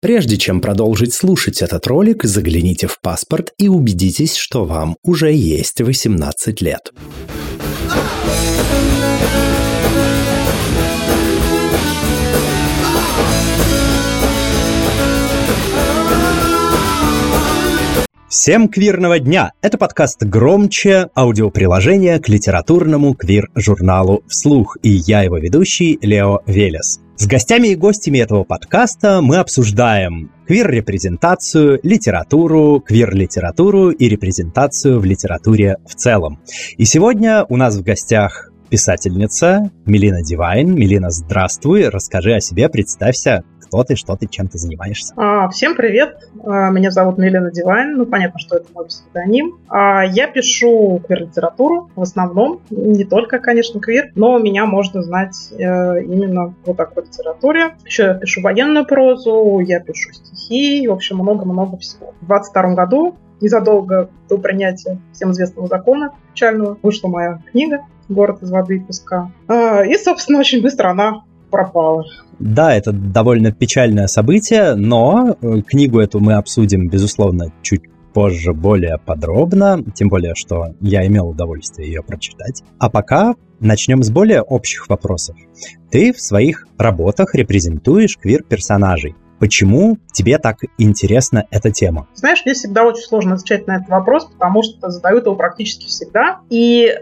Прежде чем продолжить слушать этот ролик, загляните в паспорт и убедитесь, что вам уже есть 18 лет. Всем квирного дня! Это подкаст «Громче», аудиоприложение к литературному квир-журналу «Вслух», и я его ведущий Лео Велес. С гостями и гостями этого подкаста мы обсуждаем квир-репрезентацию, литературу, квир-литературу и репрезентацию в литературе в целом. И сегодня у нас в гостях писательница Мелина Дивайн. Мелина, здравствуй, расскажи о себе, представься, кто ты, что ты, чем ты занимаешься. Всем привет, меня зовут Мелина Дивайн, понятно, что это мой псевдоним. Я пишу квир-литературу в основном, не только, конечно, квир, но меня можно знать именно по такой литературе. Еще я пишу военную прозу, я пишу стихи, в общем, много-много всего. В 2022 году, незадолго до принятия всем известного закона печального, вышла моя книга «Город из воды и песка». И, собственно, очень быстро она пропала. Да, это довольно печальное событие, но книгу эту мы обсудим, безусловно, чуть позже более подробно, тем более, что я имел удовольствие ее прочитать. А пока начнем с более общих вопросов. Ты в своих работах репрезентуешь квир-персонажей. Почему тебе так интересна эта тема? Знаешь, мне всегда очень сложно отвечать на этот вопрос, потому что задают его практически всегда. И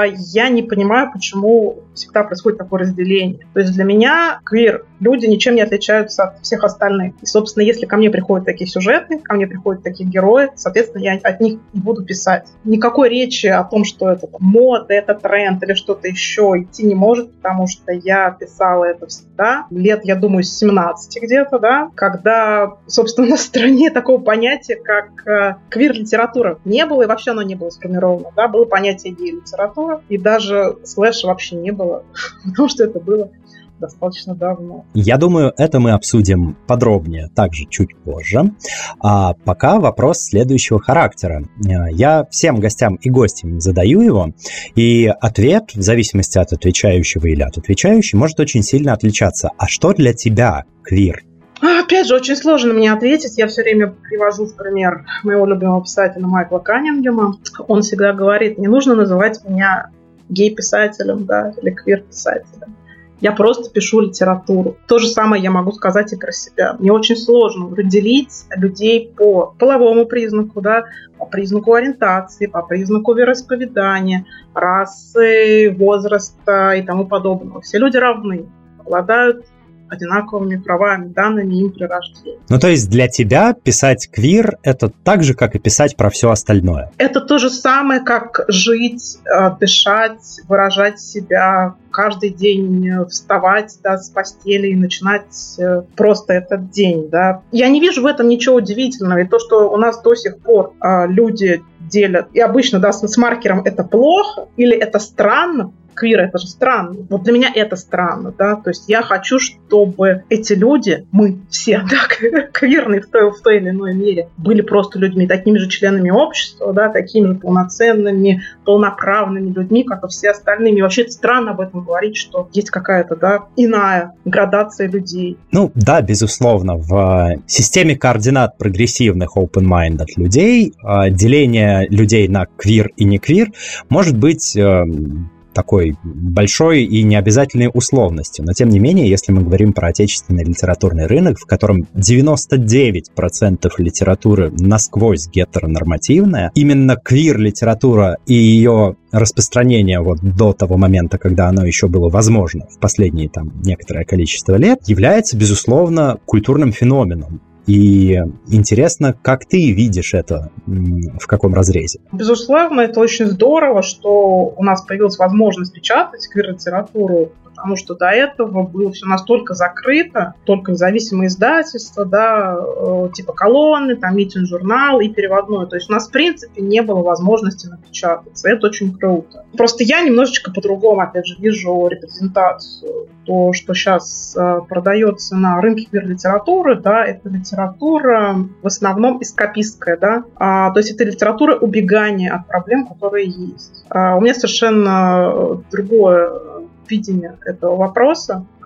я не понимаю, почему всегда происходит такое разделение. То есть для меня квир-люди ничем не отличаются от всех остальных. И, собственно, если ко мне приходят такие сюжеты, ко мне приходят такие герои, соответственно, я от них и буду писать. Никакой речи о том, что это мода, это тренд или что-то еще идти не может, потому что я писала это всегда. Лет, я думаю, с 17 где-то, да, когда, собственно, на стране такого понятия, как квир-литература не было, и вообще оно не было сформировано. Да? Было понятие гей-литература, и даже слэша вообще не было, потому что это было достаточно давно. Я думаю, это мы обсудим подробнее также чуть позже. А пока вопрос следующего характера. Я всем гостям и гостям задаю его, и ответ, в зависимости от отвечающего или от отвечающей, может очень сильно отличаться. А что для тебя квир? Опять же, очень сложно мне ответить. Я все время привожу в пример моего любимого писателя Майкла Каннингема. Он всегда говорит, не нужно называть меня гей-писателем, да, или квир-писателем. Я просто пишу литературу. То же самое я могу сказать и про себя. Мне очень сложно разделить людей по половому признаку, да, по признаку ориентации, по признаку вероисповедания, расы, возраста и тому подобного. Все люди равны, обладают одинаковыми правами, данными им при рождении. Ну, то есть для тебя писать квир — это так же, как и писать про все остальное? Это то же самое, как жить, дышать, выражать себя, каждый день вставать, да, с постели и начинать просто этот день. Да. Я не вижу в этом ничего удивительного. И то, что у нас до сих пор люди делят, и обычно, да, с маркером это плохо или это странно, квир — это же странно. Вот для меня это странно, да, то есть я хочу, чтобы эти люди, мы все, да, квирные в той или иной мере, были просто людьми, такими же членами общества, да, такими же полноценными, полноправными людьми, как и все остальные. И вообще это странно об этом говорить, что есть какая-то, да, иная градация людей. Ну, да, безусловно, в системе координат прогрессивных open-minded людей деление людей на квир и не квир может быть такой большой и необязательной условностью. Но, тем не менее, если мы говорим про отечественный литературный рынок, в котором 99% литературы насквозь гетеронормативная, именно квир-литература и ее распространение вот до того момента, когда оно еще было возможно, в последние там некоторое количество лет, является, безусловно, культурным феноменом. И интересно, как ты видишь это, в каком разрезе? Безусловно, это очень здорово, что у нас появилась возможность печатать квир-литературу, потому что до этого было все настолько закрыто, только независимые издательства, да, типа «Колонны», там «Митинг-журнал» и переводной. То есть у нас, в принципе, не было возможности напечататься. Это очень круто. Просто я немножечко по-другому, опять же, вижу репрезентацию. То, что сейчас продается на рынке квир-литературы, да, это литература в основном эскапистская, да, то есть это литература убегания от проблем, которые есть. У меня совершенно другое видение этого вопроса.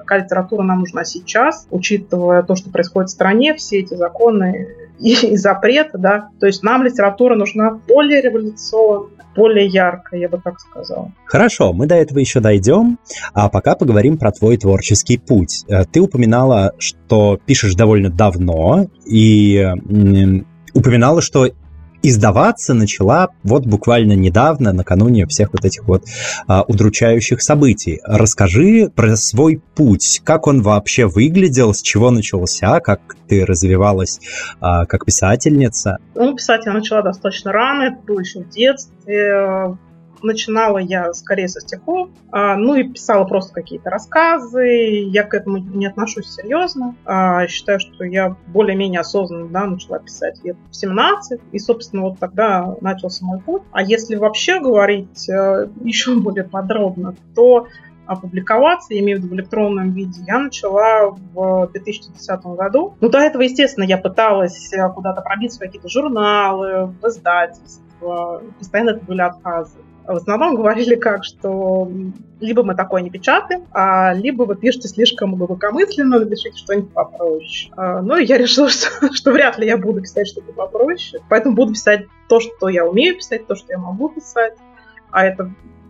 какая литература нам нужна сейчас, учитывая то, что происходит в стране, все эти законы и запреты, да. То есть нам литература нужна более революционная, более яркая, я бы так сказала. Хорошо, мы до этого еще дойдем, а пока поговорим про твой творческий путь. Ты упоминала, что пишешь довольно давно, и упоминала, что издаваться начала вот буквально недавно, накануне всех вот этих вот удручающих событий. Расскажи про свой путь, как он вообще выглядел, с чего начался, как ты развивалась как писательница. Писать я начала достаточно рано, это было еще в детстве. Начинала я скорее со стихов, и писала просто какие-то рассказы. Я к этому не отношусь серьезно. Считаю, что я более-менее осознанно начала писать лет в 17. И, собственно, вот тогда начался мой путь. А если вообще говорить еще более подробно, то опубликоваться, я имею в виду в электронном виде, я начала в 2010 году. До этого, естественно, я пыталась куда-то пробиться в какие-то журналы, в издательства. Постоянно это были отказы. В основном говорили что либо мы такое не печатаем, либо вы пишете слишком глубокомысленно, напишите что-нибудь попроще. И я решила, что вряд ли я буду писать что-то попроще, поэтому буду писать то, что я умею писать, то, что я могу писать. А это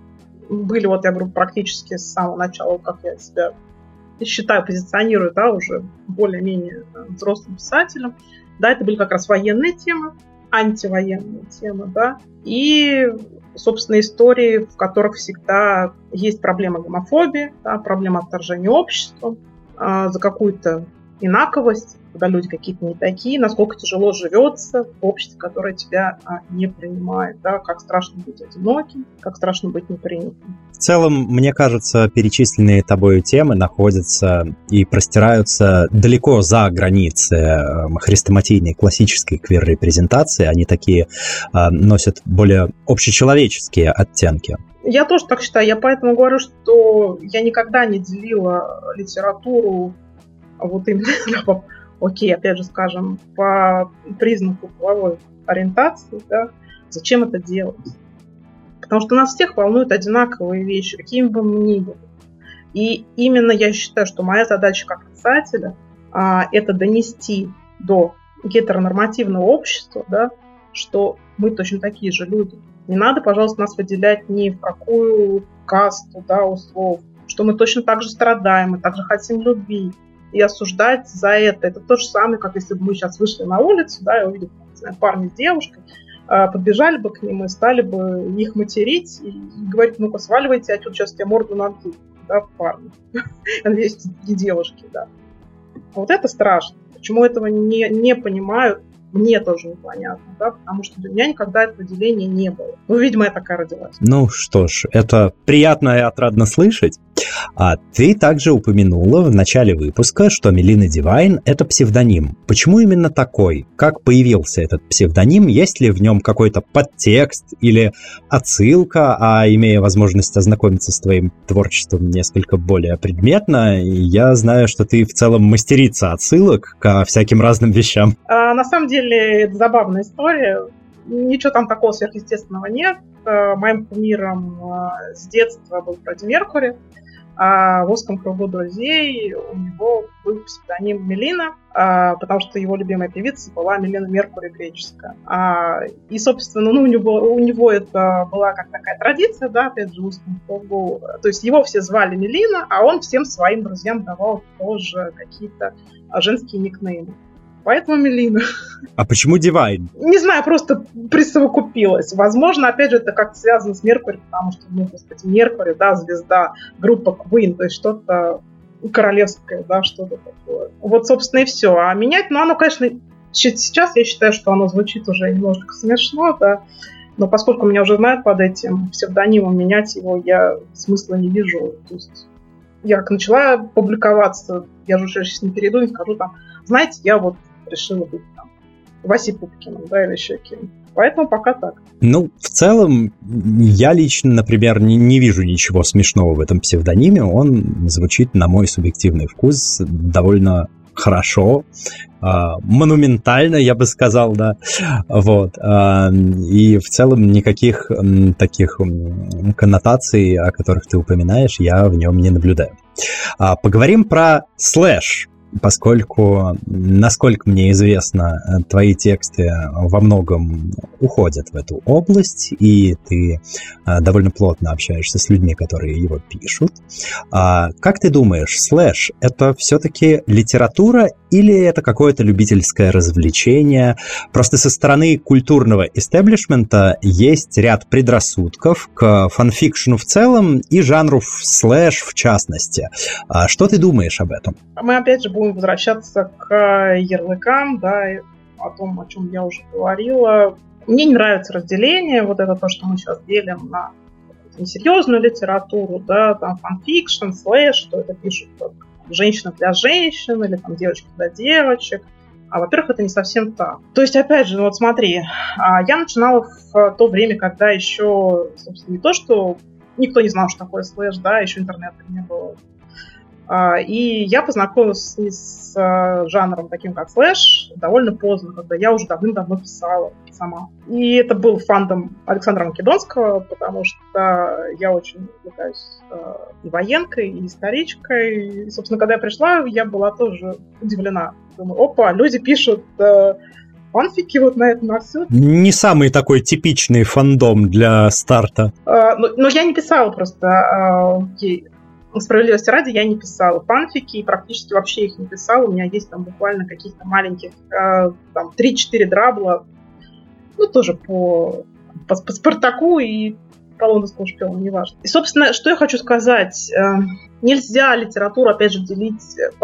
были, я говорю, практически с самого начала, как я себя считаю, позиционирую, уже более-менее взрослым писателем. Да, это были как раз военные темы, антивоенные темы, да, и собственно, истории, в которых всегда есть проблема гомофобии, да, проблема отторжения обществом за какую-то инаковость, когда люди какие-то не такие, насколько тяжело живется в обществе, которое тебя не принимает, да, как страшно быть одиноким, как страшно быть непринятым. В целом, мне кажется, перечисленные тобой темы находятся и простираются далеко за границы хрестоматийной классической квир-репрезентации. Они такие носят более общечеловеческие оттенки. Я тоже так считаю. Я поэтому говорю, что я никогда не делила литературу именно опять же скажем, по признаку половой ориентации, да, зачем это делать? Потому что нас всех волнуют одинаковые вещи, какими бы мы ни были. И именно я считаю, что моя задача как писателя это донести до гетеронормативного общества, да, что мы точно такие же люди. Не надо, пожалуйста, нас выделять ни в какую касту, да, условно, что мы точно так же страдаем, мы также хотим любви. И осуждать за это. Это то же самое, как если бы мы сейчас вышли на улицу, да, и увидели парня с девушкой, подбежали бы к ним и стали бы их материть и говорить: ну-ка, сваливайте отсюда, сейчас тебе морду надут, да, парни. Надеюсь, и девушки, да. Вот это страшно. Почему этого не понимают, мне тоже непонятно, да, потому что для меня никогда этого деления не было. Видимо, я такая родилась. Ну что ж, это приятно и отрадно слышать. А ты также упомянула в начале выпуска, что Мелина Дивайн — это псевдоним. Почему именно такой? Как появился этот псевдоним? Есть ли в нем какой-то подтекст или отсылка? А имея возможность ознакомиться с твоим творчеством несколько более предметно, я знаю, что ты в целом мастерица отсылок ко всяким разным вещам. На самом деле, это забавная история. Ничего там такого сверхъестественного нет. Моим кумиром с детства был Фредди Меркьюри. А в узком кругу друзей у него был псевдоним Мелина, потому что его любимая певица была Мелина Меркьюри греческая. И, собственно, у него это была как такая традиция, да, опять же, в узком кругу. То есть его все звали Мелина, а он всем своим друзьям давал тоже какие-то женские никнеймы. Поэтому Мелина. А почему Дивайн? Не знаю, просто присовокупилась. Возможно, опять же, это как-то связано с Меркьюри, потому что, Меркьюри, да, звезда, группа Queen, то есть что-то королевское, да, что-то такое. Вот, собственно, и все. А менять, оно, конечно, сейчас я считаю, что оно звучит уже немножко смешно, да, но поскольку меня уже знают под этим псевдонимом, менять его я смысла не вижу. То есть я как начала публиковаться, я же сейчас не перейду и скажу там, знаете, я решила быть там Васей Пупкиным, да, или еще кем. Поэтому пока так. В целом, я лично, например, не вижу ничего смешного в этом псевдониме. Он звучит, на мой субъективный вкус, довольно хорошо, монументально, я бы сказал, да. Вот. И в целом никаких таких коннотаций, о которых ты упоминаешь, я в нем не наблюдаю. Поговорим про слэш, поскольку, насколько мне известно, твои тексты во многом уходят в эту область, и ты довольно плотно общаешься с людьми, которые его пишут. Как ты думаешь, слэш — это все-таки литература или это какое-то любительское развлечение? Просто со стороны культурного истеблишмента есть ряд предрассудков к фанфикшену в целом и жанру слэш в частности. Что ты думаешь об этом? Мы опять же будем возвращаться к ярлыкам, да, и о том, о чем я уже говорила. Мне не нравится разделение, вот это то, что мы сейчас делим на несерьезную литературу, да, там фанфикшн, слэш, что это пишут женщина для женщин или там девочки для девочек. Во-первых, это не совсем так. То есть, опять же, вот смотри, я начинала в то время, когда еще, собственно, не то, что никто не знал, что такое слэш, да, еще интернета не было. И я познакомилась с жанром таким, как слэш, довольно поздно, когда я уже давным-давно писала сама. И это был фандом Александра Македонского, потому что я очень увлекаюсь и военкой, и историчкой. И, собственно, когда я пришла, я была тоже удивлена. Думаю, опа, люди пишут фанфики вот на это, на все. Не самый такой типичный фандом для старта. Но я не писала просто справедливости ради, я не писала фанфики и практически вообще их не писала. У меня есть там буквально каких-то маленьких там 3-4 драбла, ну, тоже по Спартаку и по Лондонскому шпиону, неважно. И, собственно, что я хочу сказать. Нельзя литературу, опять же, делить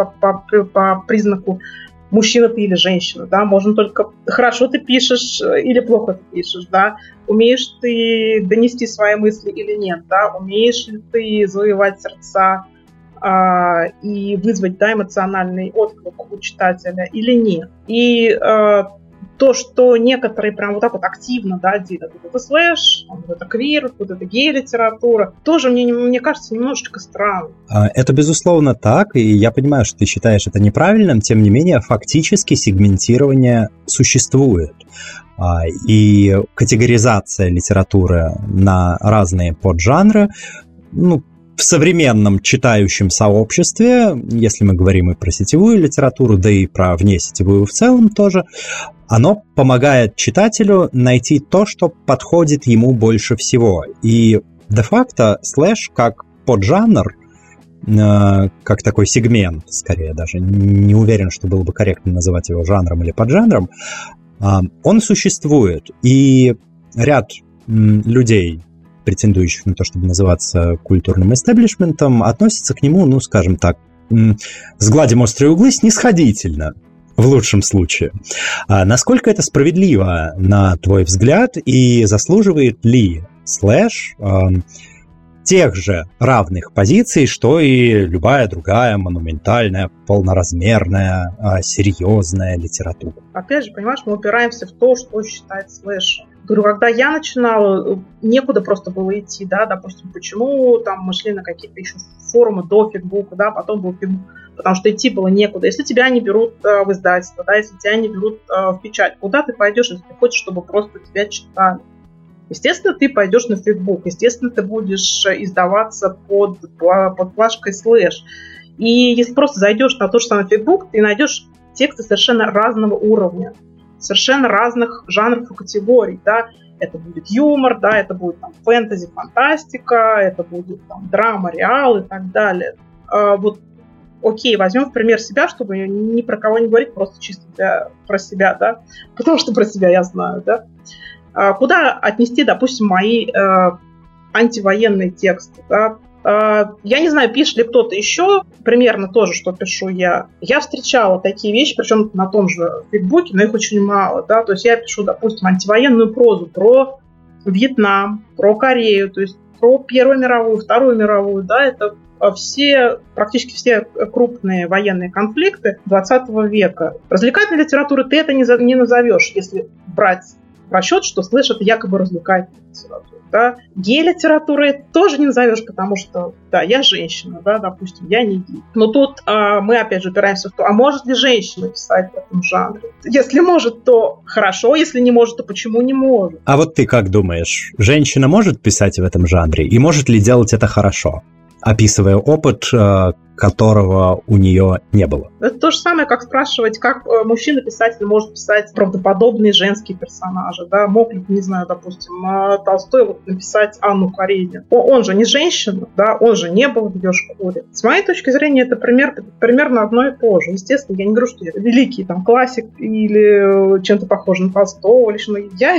по признаку мужчина ты или женщина, да, можно только хорошо ты пишешь или плохо ты пишешь, да, умеешь ты донести свои мысли или нет, да, умеешь ли ты завоевать сердца и вызвать, да, эмоциональный отклик у читателя или нет. И то, что некоторые прям вот так вот активно, да, делят, вот это слэш, вот это квир, вот это гей-литература, тоже мне кажется немножечко странно. Это безусловно так, и я понимаю, что ты считаешь это неправильным, тем не менее фактически сегментирование существует. И категоризация литературы на разные поджанры, ну, в современном читающем сообществе, если мы говорим и про сетевую литературу, да и про внесетевую в целом тоже, оно помогает читателю найти то, что подходит ему больше всего. И де-факто слэш как поджанр, как такой сегмент, скорее даже, не уверен, что было бы корректно называть его жанром или поджанром, он существует. И ряд людей, претендующих на то, чтобы называться культурным истеблишментом, относятся к нему, ну, скажем так, сгладим острые углы, снисходительно, в лучшем случае. Насколько это справедливо, на твой взгляд, и заслуживает ли слэш тех же равных позиций, что и любая другая монументальная, полноразмерная, серьезная литература? Опять же, понимаешь, мы упираемся в то, что считать слэшем. Говорю, когда я начинала, некуда просто было идти, да, допустим, почему там мы шли на какие-то еще форумы до фигбука, да, потом был фигбук, потому что идти было некуда. Если тебя не берут в издательство, да, если тебя не берут в печать, куда ты пойдешь, если ты хочешь, чтобы просто тебя читали? Естественно, ты пойдешь на фигбук, естественно, ты будешь издаваться под плашкой слэш. И если просто зайдешь на то же самое фигбук, ты найдешь тексты совершенно разного уровня, совершенно разных жанров и категорий, да, это будет юмор, да, это будет там фэнтези, фантастика, это будет там драма, реал и так далее. Вот, окей, возьмем в пример себя, чтобы ни про кого не говорить, просто чисто про себя, да, потому что про себя я знаю, да. Куда отнести, допустим, мои антивоенные тексты, да? Я не знаю, пишет ли кто-то еще примерно то же, что пишу я. Я встречала такие вещи, причем на том же фигбуке, но их очень мало, да, то есть я пишу, допустим, антивоенную прозу про Вьетнам, про Корею, то есть про Первую мировую, Вторую мировую, да, это практически все крупные военные конфликты 20 века. Развлекательной литературы ты это не назовешь, если брать в расчет, что слэш это якобы развлекательная литература. Да? Гей-литературы тоже не назовешь, потому что, да, я женщина, да, допустим, я не гей. Но тут мы опять же упираемся в то, а может ли женщина писать в этом жанре? Если может, то хорошо, если не может, то почему не может? А вот ты как думаешь, женщина может писать в этом жанре и может ли делать это хорошо? описывая опыт, которого у нее не было. Это то же самое, как спрашивать, как мужчина-писатель может писать правдоподобные женские персонажи. Да? Мог ли, не знаю, допустим, Толстой вот написать Анну Каренину. Он же не женщина, да? Он же не был в ее шкуре. С моей точки зрения, это примерно одно и то же. Естественно, я не говорю, что я великий там, классик или чем-то похож на Толстого. Лично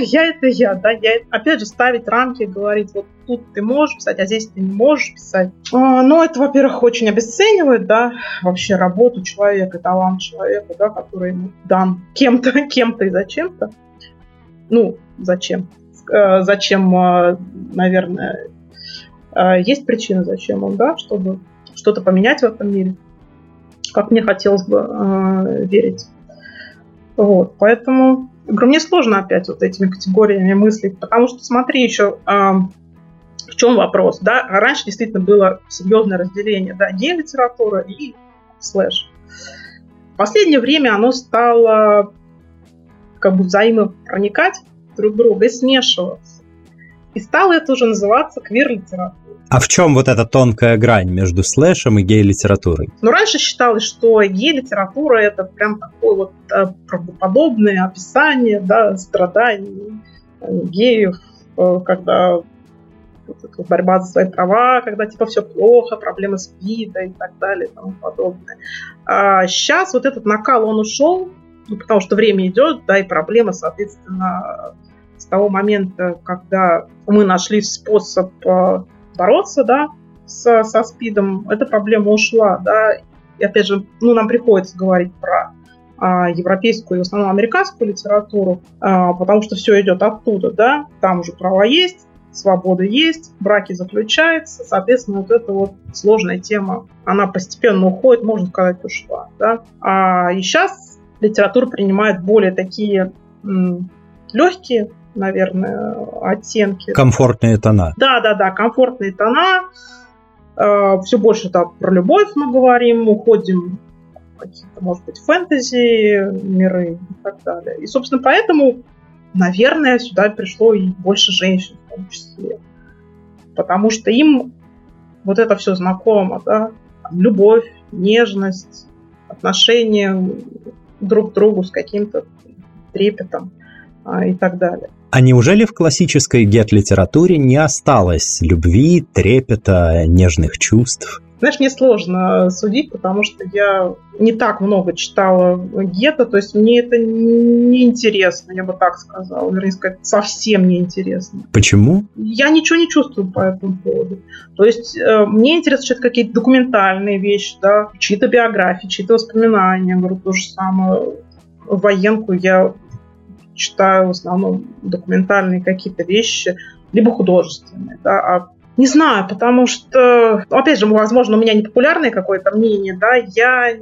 опять же, ставить рамки, говорить, вот тут ты можешь писать, а здесь ты не можешь писать. Но это, во-первых, очень обесценивает, да, вообще работу человека, талант человека, да, который ему дан кем-то и зачем-то. Ну, зачем? Зачем, наверное, есть причина, зачем он, да, чтобы что-то поменять в этом мире, как мне хотелось бы верить. Вот, поэтому, говорю, мне сложно опять вот этими категориями мыслить, потому что, смотри, еще в чем вопрос, да? Раньше действительно было серьезное разделение, да, гей-литература и слэш. В последнее время оно стало как бы взаимопроникать друг в друга и смешиваться. И стало это уже называться квир-литературой. А в чем вот эта тонкая грань между слэшем и гей-литературой? Ну, раньше считалось, что гей-литература — это прям такое вот правдоподобное описание, да, страданий геев, когда борьба за свои права, когда типа все плохо, проблемы с СПИДа и так далее и тому подобное. А сейчас вот этот накал, он ушел, ну, потому что время идет, да, и проблема, соответственно, с того момента, когда мы нашли способ бороться, да, со СПИДом, эта проблема ушла, да, и опять же, ну, нам приходится говорить про европейскую и в основном американскую литературу, потому что все идет оттуда, да, там уже права есть, свобода есть, браки заключаются, соответственно, вот эта вот сложная тема, она постепенно уходит, можно сказать, ушла, да. И сейчас литература принимает более такие легкие, наверное, оттенки. Комфортные тона. Да, комфортные тона. Все больше там про любовь мы говорим, уходим в какие-то, может быть, фэнтези, миры и так далее. И, собственно, поэтому, наверное, сюда пришло и больше женщин в том числе. Потому что им вот это все знакомо, да? Любовь, нежность, отношения друг к другу с каким-то трепетом и так далее. А неужели в классической гет-литературе не осталось любви, трепета, нежных чувств? Знаешь, мне сложно судить, потому что я не так много читала гетто, то есть мне это не интересно, я бы так сказала. Вернее сказать, совсем не интересно. Почему? Я ничего не чувствую по этому поводу. То есть мне интересно читать какие-то документальные вещи, да, чьи-то биографии, чьи-то воспоминания. Я говорю, то же самое. Военку я читаю в основном документальные какие-то вещи, либо художественные, да, не знаю, потому что, опять же, возможно, у меня непопулярное какое-то мнение, да, я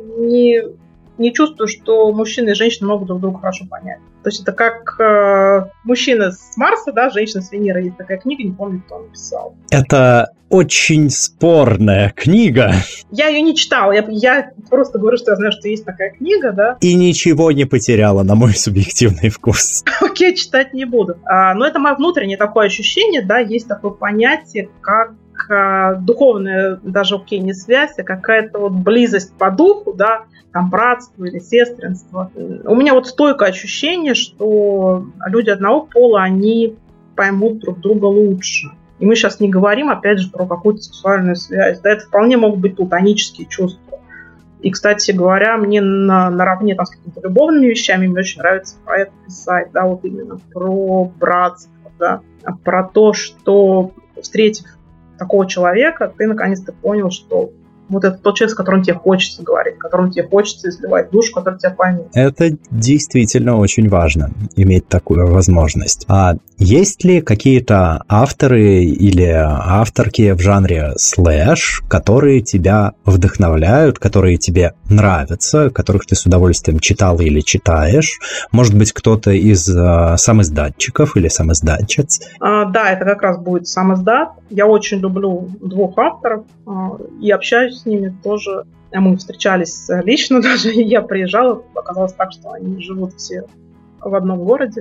не чувствую, что мужчины и женщины могут друг друга хорошо понять. То есть это как мужчина с Марса, да, женщина с Венеры. Есть такая книга, не помню, кто написал. Это очень спорная книга. Я ее не читала, я просто говорю, что я знаю, что есть такая книга, да. И ничего не потеряла, на мой субъективный вкус. Окей, читать не буду. Но это мое внутреннее такое ощущение, да, есть такое понятие, как духовная, даже окей, не связь, а какая-то вот близость по духу, да, там братство или сестринство. У меня вот стойкое ощущение, что люди одного пола, они поймут друг друга лучше. И мы сейчас не говорим, опять же, про какую-то сексуальную связь. Да, это вполне могут быть платонические чувства. И, кстати говоря, мне наравне там, с какими-то любовными вещами мне очень нравится про это писать, да, вот именно про братство, да, про то, что, встретив такого человека, ты наконец-то понял, что вот это тот человек, с которым тебе хочется говорить, которому тебе хочется изливать душу, который тебя поймет. Это действительно очень важно, иметь такую возможность. А есть ли какие-то авторы или авторки в жанре слэш, которые тебя вдохновляют, которые тебе нравятся, которых ты с удовольствием читал или читаешь? Может быть, кто-то из самиздатчиков или самиздатчиц? Да, это как раз будет самиздат. Я очень люблю двух авторов и общаюсь с ними тоже. Мы встречались лично даже, я приезжала, оказалось так, что они живут все в одном городе.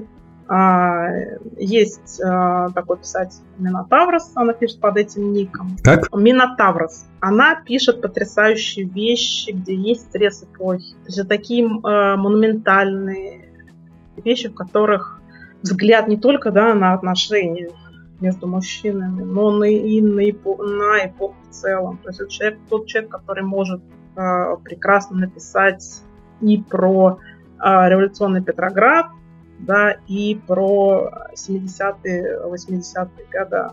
Есть такой писатель Минотаврос, она пишет под этим ником. Как? Минотаврос. Она пишет потрясающие вещи, где есть срез эпохи. То есть это такие монументальные вещи, в которых взгляд не только на отношения между мужчинами, но и на эпоху в целом. То есть это тот человек, который может прекрасно написать и про революционный Петроград, да, и про 70-е, 80-е годы.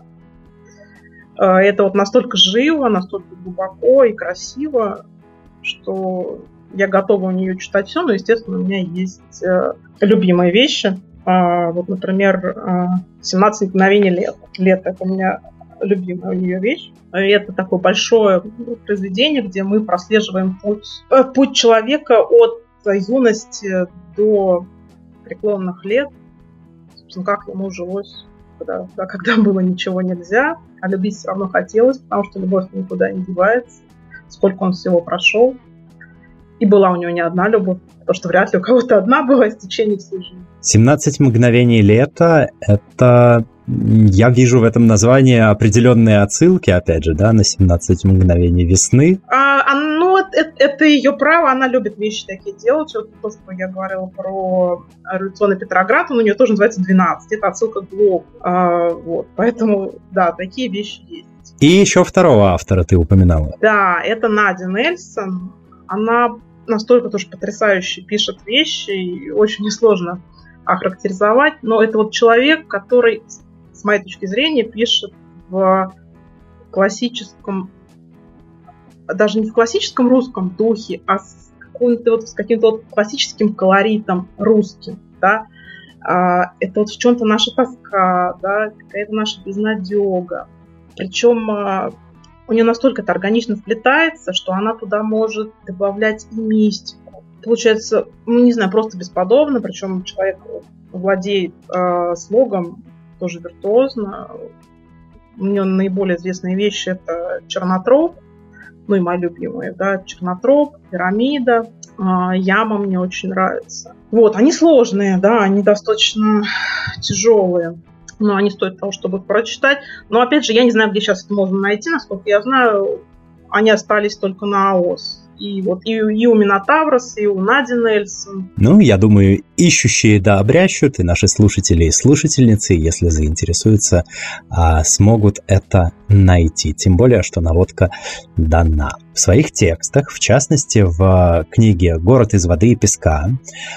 Это вот настолько живо, настолько глубоко и красиво, что я готова у нее читать все, но, естественно, у меня есть любимые вещи. Вот, например, «17 мгновений лета». «Лето» — это у меня любимая у нее вещь. Это такое большое произведение, где мы прослеживаем путь человека от юности до преклонных лет, собственно, как ему жилось, когда было ничего нельзя, а любить все равно хотелось, потому что любовь никуда не девается, сколько он всего прошел. И была у него не одна любовь, потому что вряд ли у кого-то одна была в течение всей жизни. 17 мгновений лета — это... Я вижу в этом названии определенные отсылки, опять же, да, на 17 мгновений весны. Это ее право, она любит вещи такие делать. Вот то, что я говорила про революционный Петроград, он у нее тоже называется 12. Это отсылка к Глобу. Вот. Поэтому, да, такие вещи есть. И еще второго автора ты упоминала. Да, это Надя Нельсон. Она настолько тоже потрясающе пишет вещи, и очень несложно охарактеризовать. Но это вот человек, который, с моей точки зрения, пишет в классическом, даже не в классическом русском духе, а с каким-то классическим колоритом русским, да. Это вот в чем-то наша тоска, да, какая-то наша безнадега. Причем у нее настолько это органично вплетается, что она туда может добавлять и мистику. Получается, не знаю, просто бесподобно, причем человек владеет слогом тоже виртуозно. У нее наиболее известные вещи — это «Чернотроп», ну и мои любимые, да, «Чернотроп», «Пирамида», «Яма» мне очень нравится. Вот, они сложные, да, они достаточно тяжелые, но они стоят того, чтобы их прочитать. Но, опять же, я не знаю, где сейчас это можно найти, насколько я знаю, они остались только на АОС. И вот и у Минотавроса, и у Нади Нельсон. Ну, я думаю, ищущие да обрящут, и наши слушатели и слушательницы, если заинтересуются, смогут это найти. Тем более, что наводка дана. В своих текстах, в частности, в книге «Город из воды и песка»,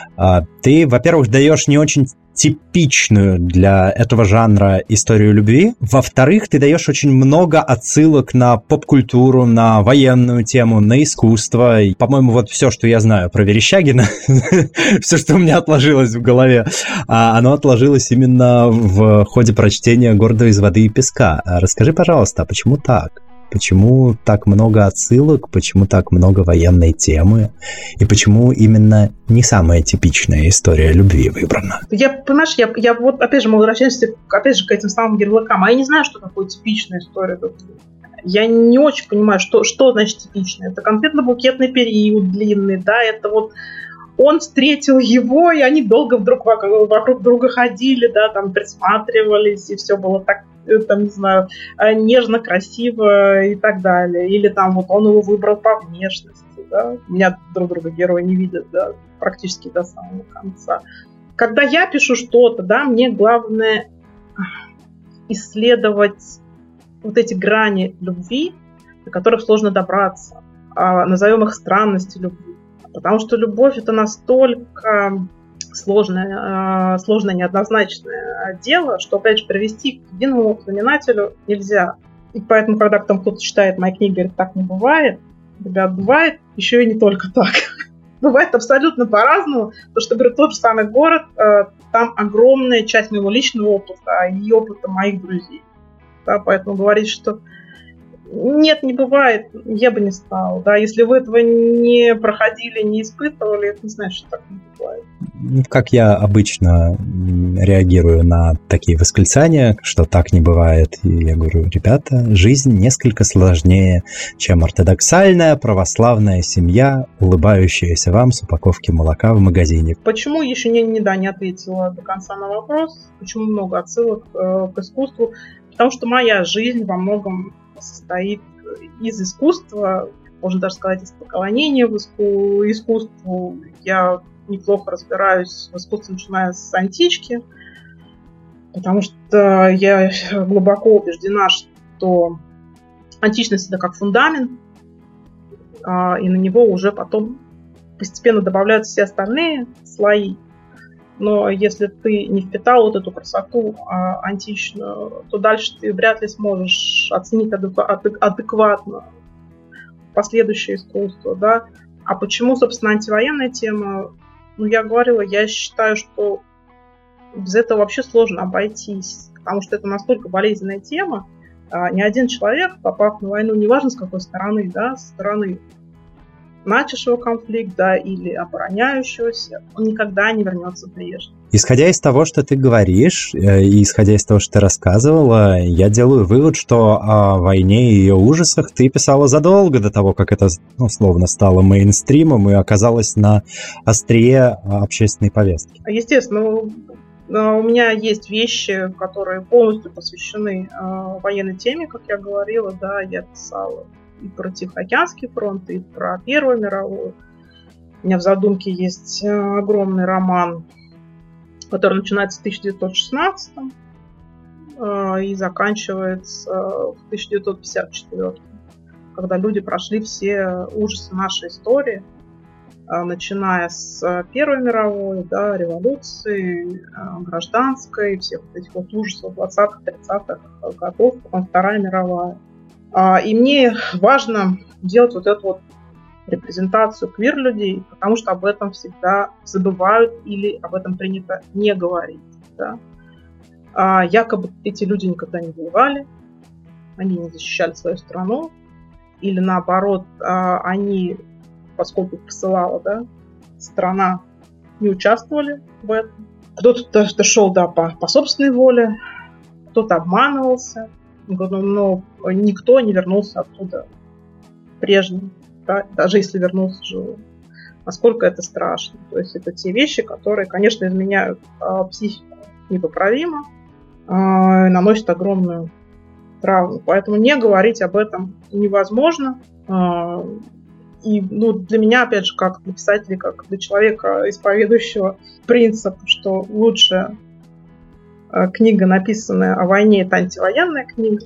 ты, во-первых, даешь не очень типичную для этого жанра историю любви. Во-вторых, ты даешь очень много отсылок на поп-культуру, на военную тему, на искусство. И, по-моему, вот все, что я знаю про Верещагина, все, что у меня отложилось в голове, оно отложилось именно в ходе прочтения «Города из воды и песка». Расскажи, пожалуйста, почему так? Почему так много отсылок, почему так много военной темы, и почему именно не самая типичная история любви выбрана? Понимаешь, я вот, опять же, мы возвращаемся, опять же, к этим самым ярлыкам, а я не знаю, что такое типичная история любви. Я не очень понимаю, что значит типичная. Это конфетно-букетный период длинный, да, это вот он встретил его, и они долго вдруг вокруг друга ходили, да, там присматривались, и все было так, там, не знаю, нежно, красиво и так далее. Или там вот он его выбрал по внешности, да. Меня друг друга герои не видят, да, практически до самого конца. Когда я пишу что-то, да, мне главное исследовать вот эти грани любви, до которых сложно добраться. Назовем их странности любви. Потому что любовь — это настолько сложное, неоднозначное дело, что, опять же, привести к единому знаменателю нельзя. И поэтому, когда там кто-то читает мои книги, говорит, так не бывает, ребят, бывает еще и не только так. Бывает абсолютно по-разному, потому что, говорю, тот же самый город, там огромная часть моего личного опыта и опыта моих друзей. Да, поэтому говорить, что Нет, не бывает, я бы не стала. Да, если вы этого не проходили, не испытывали, это не значит, что так не бывает. Как я обычно реагирую на такие восклицания, что так не бывает, и я говорю, ребята, жизнь несколько сложнее, чем ортодоксальная православная семья, улыбающаяся вам с упаковки молока в магазине. Почему еще не ответила до конца на вопрос, почему много отсылок к искусству? Потому что моя жизнь во многом состоит из искусства, можно даже сказать, из поклонения в искусству. Я неплохо разбираюсь в искусстве, начиная с антички, потому что я глубоко убеждена, что античность — это как фундамент, и на него уже потом постепенно добавляются все остальные слои. Но если ты не впитал вот эту красоту античную, то дальше ты вряд ли сможешь оценить адекватно последующее искусство. Да? А почему, собственно, антивоенная тема? Я говорила, я считаю, что без этого вообще сложно обойтись, потому что это настолько болезненная тема. Ни один человек, попав на войну, неважно с какой стороны, да, со стороны начавшего конфликт, да, или обороняющегося, он никогда не вернется прежним. Исходя из того, что ты говоришь, и исходя из того, что ты рассказывала, я делаю вывод, что о войне и ее ужасах ты писала задолго до того, как это, условно, стало мейнстримом и оказалось на острие общественной повестки. Естественно, у меня есть вещи, которые полностью посвящены военной теме, как я говорила, да, я писала и про Тихоокеанский фронт, и про Первую мировую. У меня в задумке есть огромный роман, который начинается в 1916 и заканчивается в 1954, когда люди прошли все ужасы нашей истории, начиная с Первой мировой, да, революции, гражданской, всех этих вот ужасов 20-30-х годов, потом Вторая мировая. И мне важно делать вот эту вот репрезентацию квир-людей, потому что об этом всегда забывают или об этом принято не говорить. Да? Якобы эти люди никогда не воевали, они не защищали свою страну, или наоборот, они, поскольку их посылала, да, страна, не участвовали в этом. Кто-то дошел, да, по собственной воле, кто-то обманывался, но никто не вернулся оттуда прежним, да, даже если вернулся живым. Насколько это страшно. То есть это те вещи, которые, конечно, изменяют психику непоправимо, наносят огромную травму. Поэтому не говорить об этом невозможно. И для меня, опять же, как для писателя, как для человека, исповедующего принцип, что лучше книга, написанная о войне, это антивоенная книга.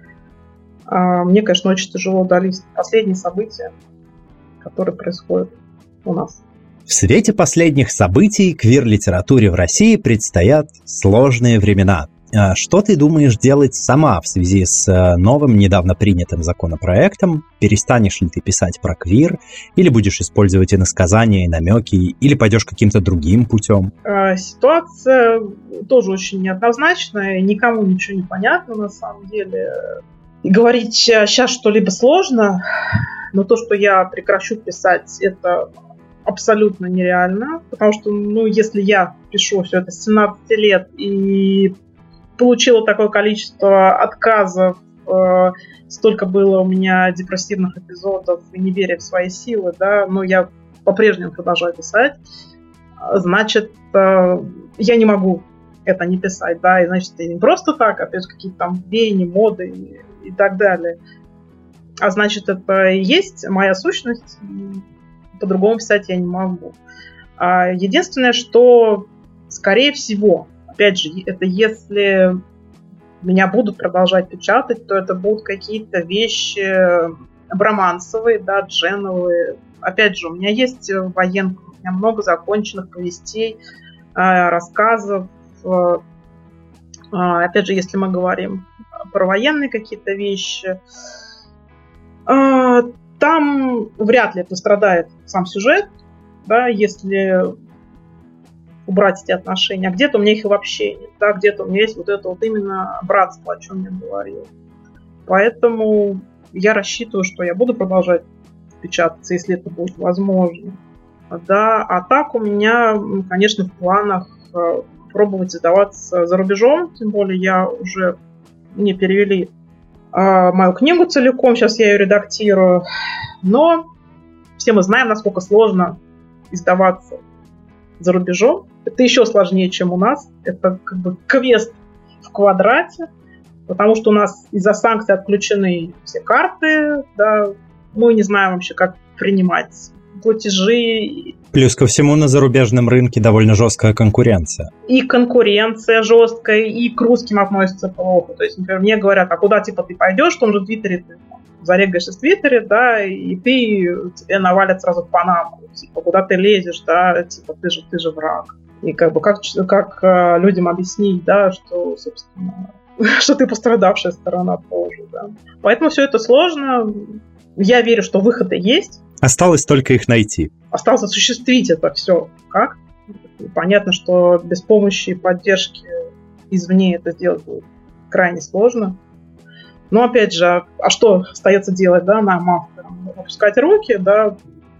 Мне, конечно, очень тяжело дались последние события, которые происходят у нас. В свете последних событий квир-литературе в России предстоят сложные времена. Что ты думаешь делать сама в связи с новым, недавно принятым законопроектом? Перестанешь ли ты писать про квир? Или будешь использовать иносказания и намеки? Или пойдешь каким-то другим путем? Ситуация тоже очень неоднозначная. Никому ничего не понятно, на самом деле. И говорить сейчас что-либо сложно, но то, что я прекращу писать, это абсолютно нереально. Потому что, если я пишу все это с 17 лет и получила такое количество отказов, столько было у меня депрессивных эпизодов и неверия в свои силы, да, но я по-прежнему продолжаю писать, значит, я не могу это не писать, да, и значит, это не просто так, опять же, какие-то там веяния, моды и так далее, а значит, это и есть моя сущность, и по-другому писать я не могу. Единственное, что, скорее всего, опять же, это если меня будут продолжать печатать, то это будут какие-то вещи бромансовые, да, дженовые. Опять же, у меня есть военка, у меня много законченных повестей, рассказов. Опять же, если мы говорим про военные какие-то вещи, там вряд ли пострадает сам сюжет, да, если убрать эти отношения, а где-то у меня их и вообще нет, да, где-то у меня есть вот это вот именно братство, о чем я говорила. Поэтому я рассчитываю, что я буду продолжать печататься, если это будет возможно. Да, а так у меня, конечно, в планах пробовать издаваться за рубежом, тем более мне перевели мою книгу целиком, сейчас я ее редактирую, но все мы знаем, насколько сложно издаваться за рубежом. Это еще сложнее, чем у нас. Это как бы квест в квадрате, потому что у нас из-за санкций отключены все карты, да, мы не знаем вообще, как принимать платежи. Плюс ко всему на зарубежном рынке довольно жесткая конкуренция. И конкуренция жесткая, и к русским относятся плохо. То есть, например, мне говорят, а куда ты пойдешь, в том же Твиттере ты зарегаешься в Твиттере, да, и тебе навалят сразу в Панаму. Типа, куда ты лезешь, да, типа, ты же враг. И как бы как людям объяснить, да, что, собственно, что ты пострадавшая сторона тоже, да. Поэтому все это сложно. Я верю, что выходы есть. Осталось только их найти. Осталось осуществить это все. Как? Понятно, что без помощи и поддержки извне это сделать будет крайне сложно. Но опять же, а что остается делать, да, нам, авторам? Опускать руки, да,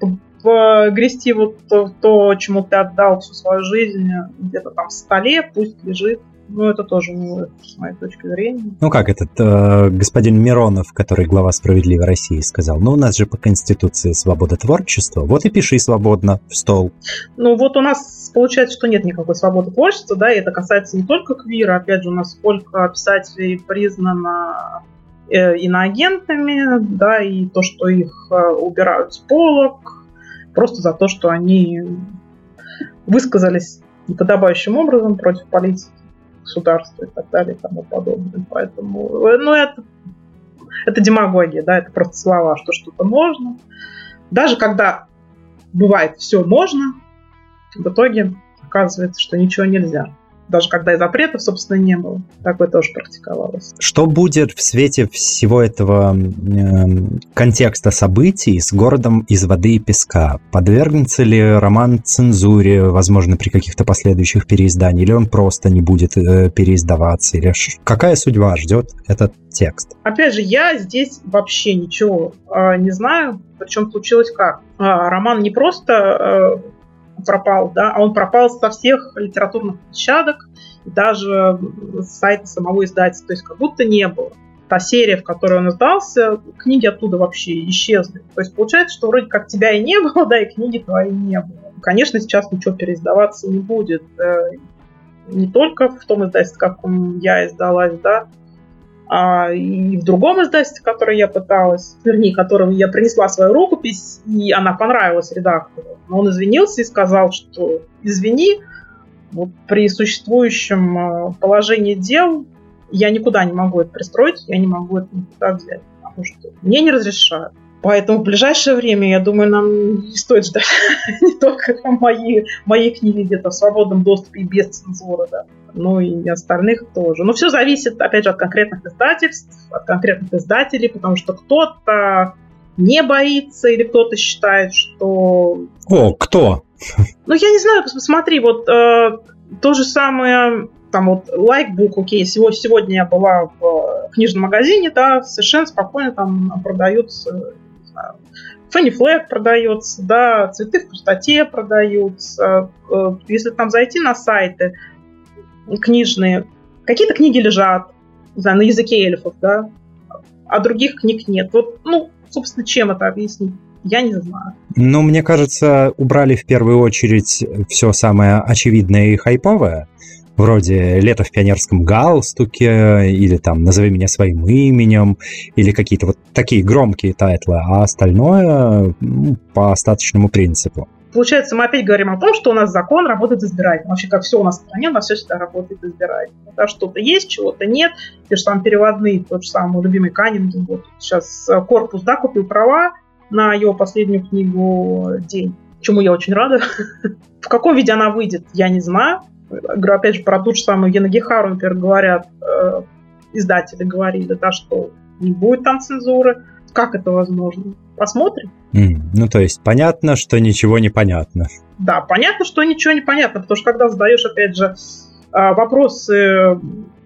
грести вот то, чему ты отдал всю свою жизнь, где-то там в столе, пусть лежит. Ну, это тоже не выход, с моей точки зрения. Ну, как этот господин Миронов, который глава «Справедливой России», сказал, ну, у нас же по Конституции свобода творчества, вот и пиши свободно в стол. Ну, вот у нас получается, что нет никакой свободы творчества, да, и это касается не только квира, опять же, у нас сколько писателей признано иноагентами, да, и то, что их убирают с полок, просто за то, что они высказались неподобающим образом против политики, государства и так далее и тому подобное. Поэтому, ну, это демагогия, да, это просто слова, что что-то можно. Даже когда бывает все можно, в итоге оказывается, что ничего нельзя. Даже когда и запретов, собственно, не было. Такое тоже практиковалось. Что будет в свете всего этого контекста событий с городом из воды и песка? Подвергнется ли роман цензуре, возможно, при каких-то последующих переизданиях? Или он просто не будет переиздаваться? Или какая судьба ждет этот текст? Опять же, я здесь вообще ничего не знаю. Причем случилось как? Роман не просто пропал, да, а он пропал со всех литературных площадок, даже с сайта самого издательства, то есть как будто не было. Та серия, в которой он издался, книги оттуда вообще исчезли. То есть получается, что вроде как тебя и не было, да, и книги твои не было. Конечно, сейчас ничего переиздаваться не будет. Не только в том издательстве, как я издалась, да, а и в другом издательстве, которое я пыталась, вернее, которому я принесла свою рукопись, и она понравилась редактору. Но он извинился и сказал, что извини, вот при существующем положении дел я никуда не могу это пристроить, я не могу это никуда взять, потому что мне не разрешают. Поэтому в ближайшее время, я думаю, нам не стоит ждать не только мои книги где-то в свободном доступе и без цензуры, да, но и остальных тоже. Но все зависит, опять же, от конкретных издательств, от конкретных издателей, потому что кто-то не боится или кто-то считает, что... О, кто? Ну, я не знаю, посмотри, вот то же самое... Там вот Likebook, окей, сегодня я была в книжном магазине, да, совершенно спокойно там продаются, не знаю, Fanny Flag продается, да, Цветы в пустоте продаются. Если там зайти на сайты книжные, какие-то книги лежат, не знаю, на языке эльфов, да, а других книг нет. Вот, ну, собственно, чем это объяснить? Я не знаю. Ну, мне кажется, убрали в первую очередь все самое очевидное и хайповое, вроде «Лето в пионерском галстуке» или там «Назови меня своим именем», или какие-то вот такие громкие тайтлы, а остальное по остаточному принципу. Получается, мы опять говорим о том, что у нас закон работает избирательно. Вообще, как все у нас в стране, у нас все всегда работает избирательно. Да, что-то есть, чего-то нет. Те же самые переводные, тот же самый любимый Каннингем. Вот сейчас Корпус, да, купил права на его последнюю книгу «День», чему я очень рада. В каком виде она выйдет, я не знаю. Говорю, опять же, про ту же самую Янагихару, например, говорят, издатели говорили, да, что не будет там цензуры. Как это возможно? Посмотрим. Ну, то есть понятно, что ничего не понятно. Да, понятно, что ничего не понятно, потому что когда задаешь, опять же, вопросы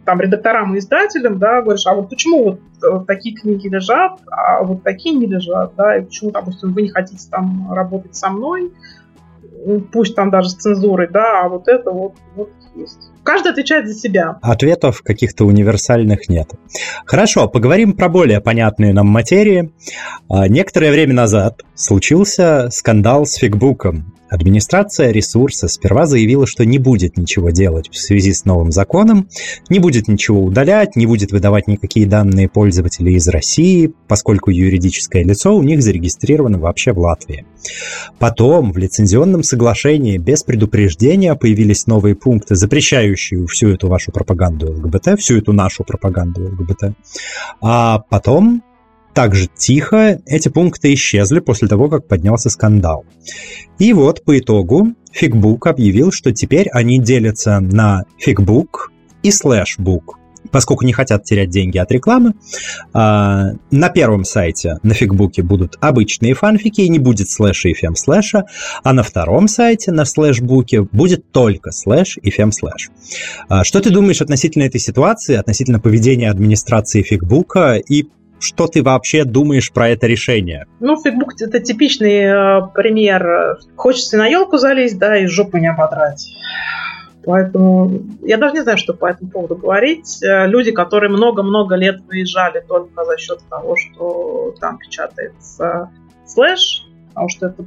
там редакторам и издателям, да, говоришь, а вот почему вот такие книги лежат, а вот такие не лежат, да, и почему, допустим, вы не хотите там работать со мной, пусть там даже с цензурой, да, а вот это вот есть. Каждый отвечает за себя. Ответов каких-то универсальных нет. Хорошо, поговорим про более понятные нам материи. Некоторое время назад случился скандал с фигбуком. Администрация ресурса сперва заявила, что не будет ничего делать в связи с новым законом, не будет ничего удалять, не будет выдавать никакие данные пользователей из России, поскольку юридическое лицо у них зарегистрировано вообще в Латвии. Потом в лицензионном соглашении без предупреждения появились новые пункты, запрещающие всю эту вашу пропаганду ЛГБТ, всю эту нашу пропаганду ЛГБТ. А потом также тихо эти пункты исчезли после того, как поднялся скандал. И вот по итогу Фигбук объявил, что теперь они делятся на Фигбук и Слэшбук. Поскольку не хотят терять деньги от рекламы, на первом сайте на Фигбуке будут обычные фанфики, и не будет слэша и фемслэша, а на втором сайте на Слэшбуке будет только слэш и фемслэш. Что ты думаешь относительно этой ситуации, относительно поведения администрации Фигбука, и что ты вообще думаешь про это решение? Ну, Фигбук — это типичный пример. Хочется на елку залезть, да, и жопу не ободрать. Поэтому я даже не знаю, что по этому поводу говорить. Люди, которые много-много лет выезжали только за счет того, что там печатается слэш, потому что это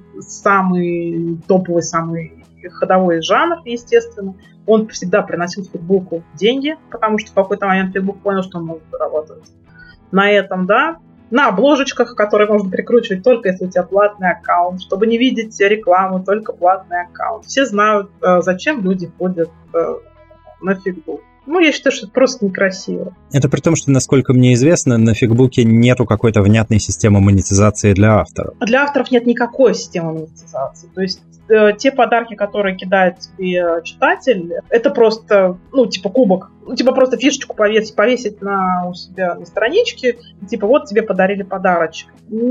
самый топовый, самый ходовой жанр, естественно. Он всегда приносил Фигбуку деньги, потому что в какой-то момент Фигбук понял, что он может зарабатывать на этом, да, на обложечках, которые можно прикручивать только если у тебя платный аккаунт, чтобы не видеть рекламу, только платный аккаунт. Все знают, зачем люди ходят на Фигбук. Ну, я считаю, что это просто некрасиво. Это при том, что, насколько мне известно, на Фигбуке нету какой-то внятной системы монетизации для авторов. Для авторов нет никакой системы монетизации. То есть те подарки, которые кидает тебе читатель, это просто, ну, типа кубок. Ну, типа просто фишечку повесить у себя на страничке, и, типа вот тебе подарили подарочек.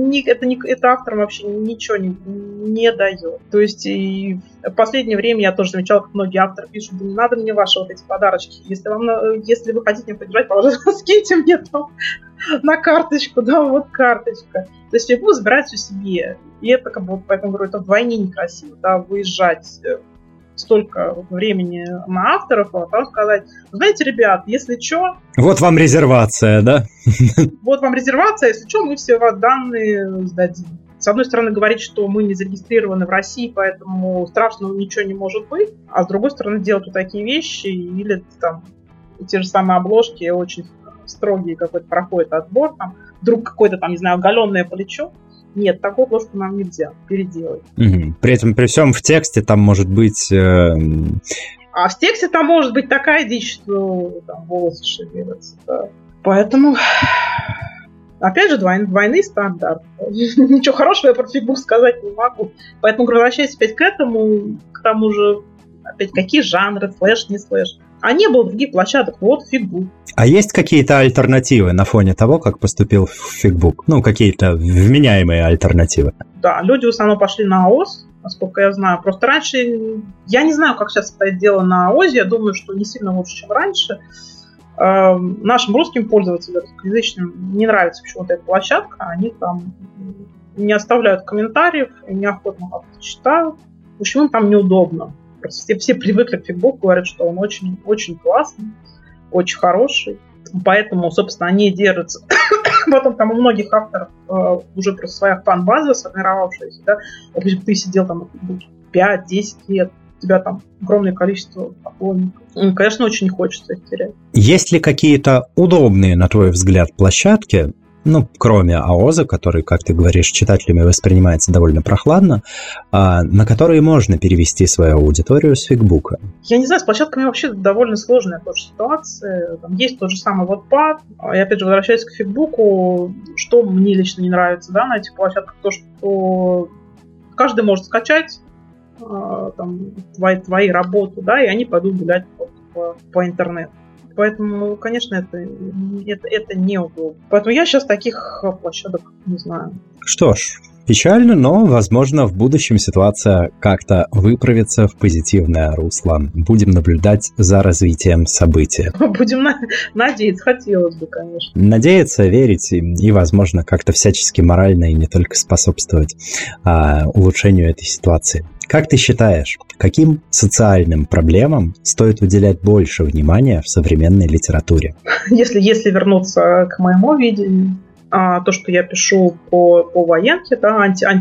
Это авторам вообще ничего не дает. То есть и в последнее время я тоже замечала, как многие авторы пишут: да не надо мне ваши вот эти подарочки. Если вы хотите меня поддержать, пожалуйста, скиньте мне там на карточку, да, вот карточка. То есть Фигбук забирает все себе. И это, как бы, поэтому говорю, это вдвойне некрасиво, да, выезжать столько времени на авторов, а потом сказать: знаете, ребят, если что... Вот вам резервация, да? Вот вам резервация, если что, мы все ваши данные сдадим. С одной стороны, говорить, что мы не зарегистрированы в России, поэтому страшного ничего не может быть, а с другой стороны, делать вот такие вещи, или там те же самые обложки очень строгие, какой-то проходит отбор, там вдруг какое-то там, не знаю, оголенное плечо. Нет, такую обложку нам нельзя переделать. Угу. При этом, при всем в тексте там может быть... А в тексте там может быть такая дичь, что там волосы шевелятся. Да. Поэтому, опять же, двойные стандарты. Ничего хорошего я про Фигбук сказать не могу. Поэтому, возвращаясь опять к тому же, опять, какие жанры, слэш, не слэш. А не было других площадок, вот Фигбук. А есть какие-то альтернативы на фоне того, как поступил Фигбук? Ну, какие-то вменяемые альтернативы? Да, люди в основном пошли на АОС, насколько я знаю. Просто раньше, я не знаю, как сейчас стоит дело на АОСе, я думаю, что не сильно лучше, чем раньше. Нашим русским пользователям, русскоязычным, не нравится почему-то эта площадка, они там не оставляют комментариев, неохотно как-то читают. В общем, им там неудобно. Просто все привыкли к Фигбуку, говорят, что он очень, очень классный, очень хороший. Поэтому, собственно, они держатся. Потом там у многих авторов уже просто своя фан-база сформировавшаяся, да. Если бы ты сидел там 5-10 лет, у тебя там огромное количество поклонников. И, конечно, очень не хочется их терять. Есть ли какие-то удобные, на твой взгляд, площадки, ну, кроме АОЗа, который, как ты говоришь, читателями воспринимается довольно прохладно, на которые можно перевести свою аудиторию с Фигбука? Я не знаю, с площадками вообще довольно сложная тоже ситуация. Там есть тот же самый Wattpad. И опять же, возвращаясь к Фигбуку, что мне лично не нравится, да, на этих площадках, то, что каждый может скачать там, твои работы, да, и они пойдут гулять по интернету. Поэтому, конечно, это неудобно. Поэтому я сейчас таких площадок не знаю. Что ж, Печально, но, возможно, в будущем ситуация как-то выправится в позитивное русло. Будем наблюдать за развитием событий. Будем надеяться, хотелось бы, конечно. Надеяться, верить и, возможно, как-то всячески морально и не только способствовать улучшению этой ситуации. Как ты считаешь, каким социальным проблемам стоит уделять больше внимания в современной литературе? Если вернуться к моему видению, то, что я пишу по военке, да,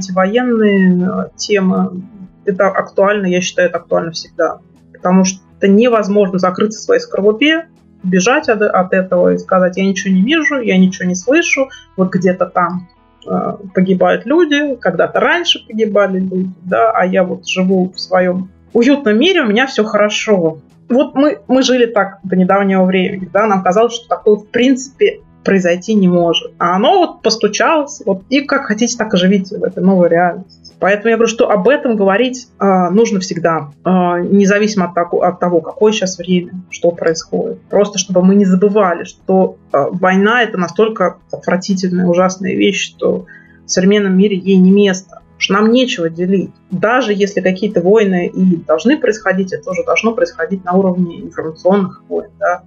антивоенные темы, это актуально, я считаю, это актуально всегда. Потому что невозможно закрыться в своей скорлупе, бежать от этого и сказать, я ничего не вижу, я ничего не слышу, вот где-то там погибают люди, когда-то раньше погибали люди, да, а я вот живу в своем уютном мире, у меня все хорошо. Вот мы жили так до недавнего времени, да, нам казалось, что такое в принципе произойти не может. А оно вот постучалось, вот, и как хотите, так и живите в этой новой реальности. Поэтому я говорю, что об этом говорить нужно всегда, независимо от того, какое сейчас время, что происходит. Просто чтобы мы не забывали, что война — это настолько отвратительная, ужасная вещь, что в современном мире ей не место. Потому что нам нечего делить. Даже если какие-то войны и должны происходить, это тоже должно происходить на уровне информационных войн. Да?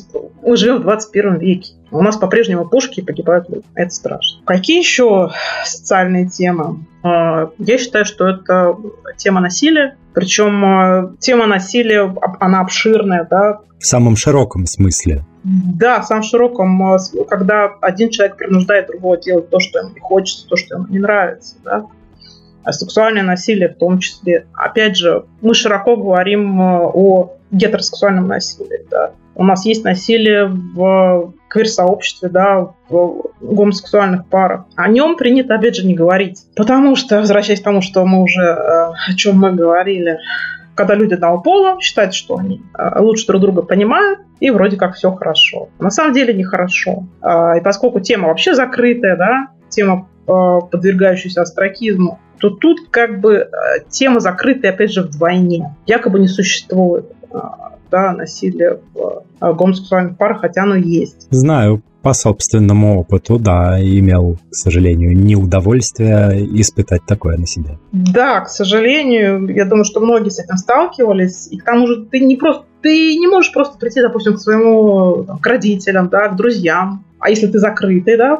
Мы живем в 21 веке. У нас по-прежнему пушки и погибают люди. Это страшно. Какие еще социальные темы? Я считаю, что это тема насилия. Причем тема насилия, она обширная. Да? В самом широком смысле. Да, в самом широком, когда один человек принуждает другого делать то, что ему не хочется, то, что ему не нравится. Да? А сексуальное насилие в том числе. Опять же, мы широко говорим о гетеросексуальном насилии. Да. У нас есть насилие в квир-сообществе, да, в гомосексуальных парах. О нем принято, опять же, не говорить. Потому что, возвращаясь к тому, что мы уже, о чем мы говорили, когда люди одного пола считают, что они лучше друг друга понимают, и вроде как все хорошо. На самом деле нехорошо. И поскольку тема вообще закрытая, да, тема, подвергающаяся остракизму, то тут как бы тема закрытая, опять же, вдвойне. Якобы не существует насилия в гомосексуальных парах, хотя оно есть. Знаю по собственному опыту, да, имел, к сожалению, неудовольствие испытать такое на себе. Да, к сожалению, я думаю, что многие с этим сталкивались, и к тому же ты не можешь просто прийти, допустим, к родителям, да, к друзьям. А если ты закрытый, да,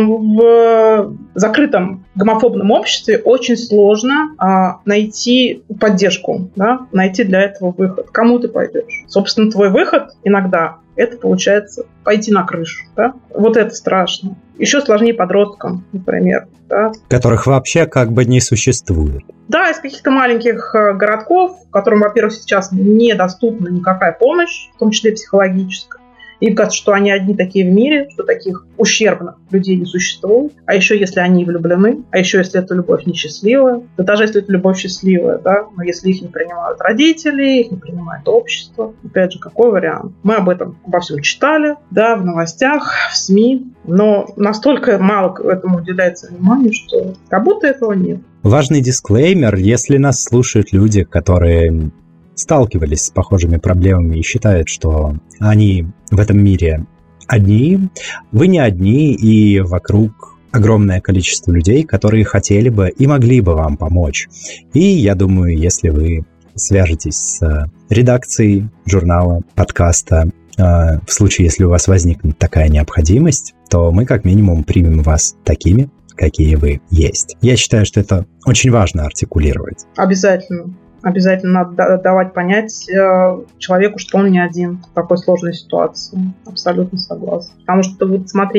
в закрытом гомофобном обществе очень сложно найти поддержку, да, найти для этого выход. Кому ты пойдешь? Собственно, твой выход иногда это получается пойти на крышу. Да? Вот это страшно. Еще сложнее подросткам, например. Да? Которых вообще как бы не существует. Да, из каких-то маленьких городков, которым, во-первых, сейчас недоступна никакая помощь, в том числе психологическая. Им кажется, что они одни такие в мире, что таких ущербных людей не существует. А еще если они влюблены, а еще если эта любовь несчастливая, да даже если это любовь счастливая, да, но если их не принимают родители, их не принимает общество, опять же, какой вариант? Мы обо всем читали, да, в новостях, в СМИ, но настолько мало к этому уделяется внимания, что как будто этого нет. Важный дисклеймер, если нас слушают люди, которые сталкивались с похожими проблемами и считают, что они в этом мире одни, вы не одни, и вокруг огромное количество людей, которые хотели бы и могли бы вам помочь. И я думаю, если вы свяжетесь с редакцией журнала, подкаста, в случае, если у вас возникнет такая необходимость, то мы как минимум примем вас такими, какие вы есть. Я считаю, что это очень важно артикулировать. Обязательно. Обязательно надо давать понять человеку, что он не один в такой сложной ситуации. Абсолютно согласна. Потому что, вот смотри,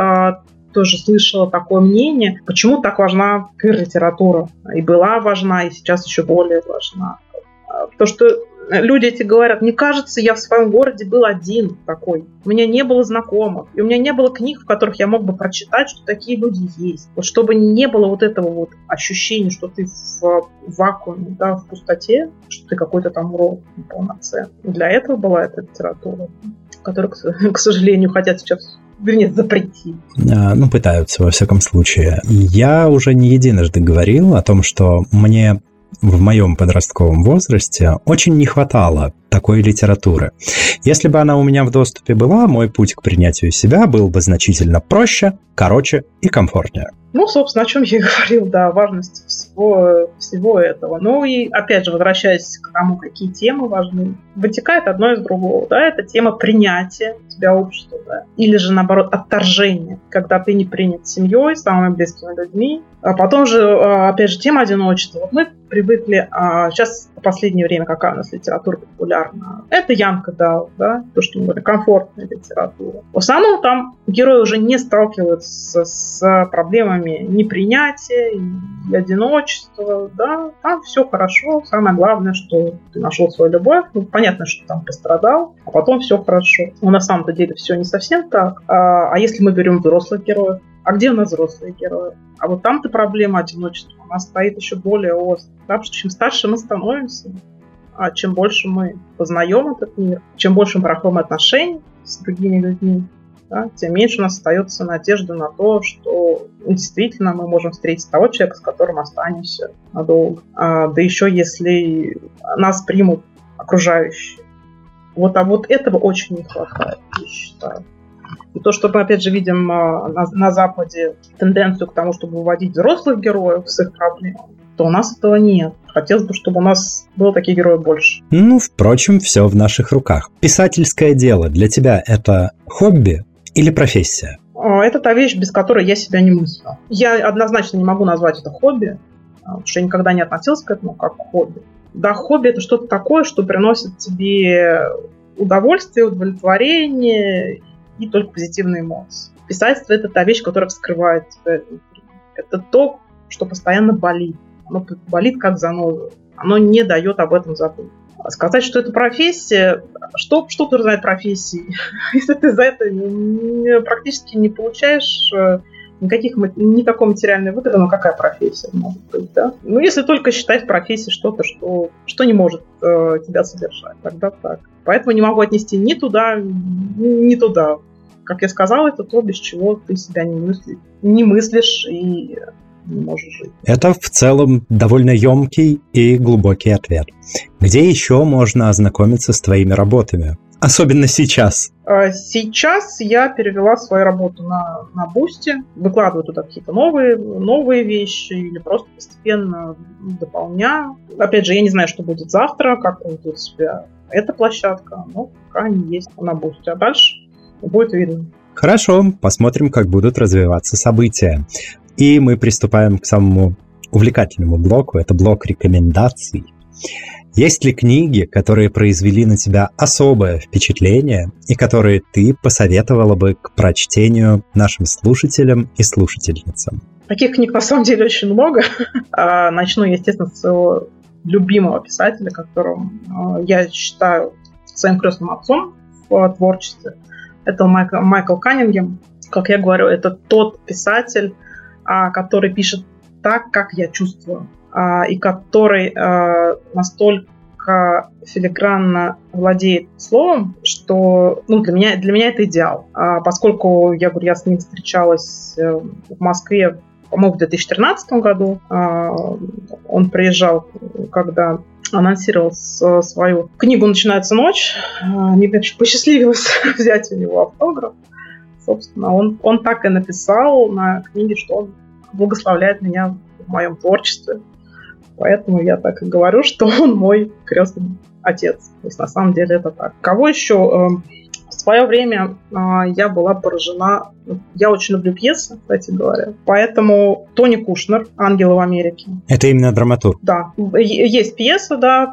я тоже слышала такое мнение, почему так важна квир-литература. И была важна, и сейчас еще более важна. Потому что люди эти говорят, мне кажется, я в своем городе был один такой. У меня не было знакомых. И у меня не было книг, в которых я мог бы прочитать, что такие люди есть. Вот чтобы не было вот этого вот ощущения, что ты в вакууме, да, в пустоте, что ты какой-то там урод неполноценный. Для этого была эта литература, которую, к сожалению, хотят сейчас запретить. Пытаются, во всяком случае. Я уже не единожды говорил о том, что мне в моем подростковом возрасте очень не хватало такой литературы. Если бы она у меня в доступе была, мой путь к принятию себя был бы значительно проще, короче и комфортнее. Ну, собственно, о чем я и говорил, да, о важности всего этого. Ну и, опять же, возвращаясь к тому, какие темы важны, вытекает одно из другого, да, это тема принятия тебя общества, да, или же, наоборот, отторжения, когда ты не принят семьей, самыми близкими людьми. А потом же, опять же, тема одиночества. Вот мы привыкли, сейчас в последнее время какая у нас литература популярна, это Янка Дау, да, то, что мы говорим, комфортная литература. В основном там герои уже не сталкиваются с проблемами непринятия и одиночества, да, там все хорошо, самое главное, что ты нашел свою любовь, ну, понятно, что там пострадал, а потом все хорошо. Но на самом-то деле все не совсем так. А если мы берем взрослых героев, а где у нас взрослые герои? А вот там-то проблема одиночества у нас стоит еще более остро. Да? Потому что чем старше мы становимся, чем больше мы познаем этот мир, чем больше мы проходим отношений с другими людьми, да, тем меньше у нас остается надежда на то, что действительно мы можем встретить того человека, с которым останемся надолго. Да еще если нас примут окружающие. Вот этого очень не хватает, я считаю. И то, что мы, опять же, видим на Западе тенденцию к тому, чтобы выводить взрослых героев с их проблемами, то у нас этого нет. Хотелось бы, чтобы у нас было таких героев больше. Ну, впрочем, все в наших руках. Писательское дело для тебя – это хобби или профессия? Это та вещь, без которой я себя не мыслю. Я однозначно не могу назвать это хобби, потому что я никогда не относился к этому как к хобби. Да, хобби – это что-то такое, что приносит тебе удовольствие, удовлетворение и только позитивные эмоции. Писательство – это та вещь, которая вскрывает тебя. Это то, что постоянно болит. Оно болит как заноза. Оно не дает об этом забыть. Сказать, что это профессия, что ты знаешь профессии? Если ты за это практически не получаешь никакой материальной выгоды, ну какая профессия может быть, да? Ну, если только считать профессией что-то, что не может тебя содержать, тогда так. Поэтому не могу отнести ни туда, ни туда. Как я сказала, это то, без чего ты себя не мыслишь и не можешь жить. Это в целом довольно емкий и глубокий ответ. Где еще можно ознакомиться с твоими работами? Особенно сейчас. Сейчас я перевела свою работу на Boosty, выкладываю туда какие-то новые вещи или просто постепенно дополняю. Опять же, я не знаю, что будет завтра, как поведет себя эта площадка, но пока они есть на Boosty. А дальше будет видно. Хорошо, посмотрим, как будут развиваться события. И мы приступаем к самому увлекательному блоку. Это блок рекомендаций. Есть ли книги, которые произвели на тебя особое впечатление и которые ты посоветовала бы к прочтению нашим слушателям и слушательницам? Таких книг на самом деле очень много. Начну, естественно, с своего любимого писателя, которым я считаю своим крестным отцом в творчестве. Это Майкл Каннингем. Как я говорю, это тот писатель, который пишет так, как я чувствую, и который настолько филигранно владеет словом, что для меня это идеал. Поскольку я с ним встречалась в Москве, по-моему, в 2013 году. Он приезжал, когда анонсировал свою книгу «Начинается ночь». Мне посчастливилось взять у него автограф. Собственно, он так и написал на книге, что он благословляет меня в моем творчестве. Поэтому я так и говорю, что он мой крестный отец. То есть на самом деле это так. Кого еще? В свое время я была поражена. Я очень люблю пьесы, кстати говоря. Поэтому Тони Кушнер «Ангелы в Америке». Это именно драматург? Да. Есть пьеса, да.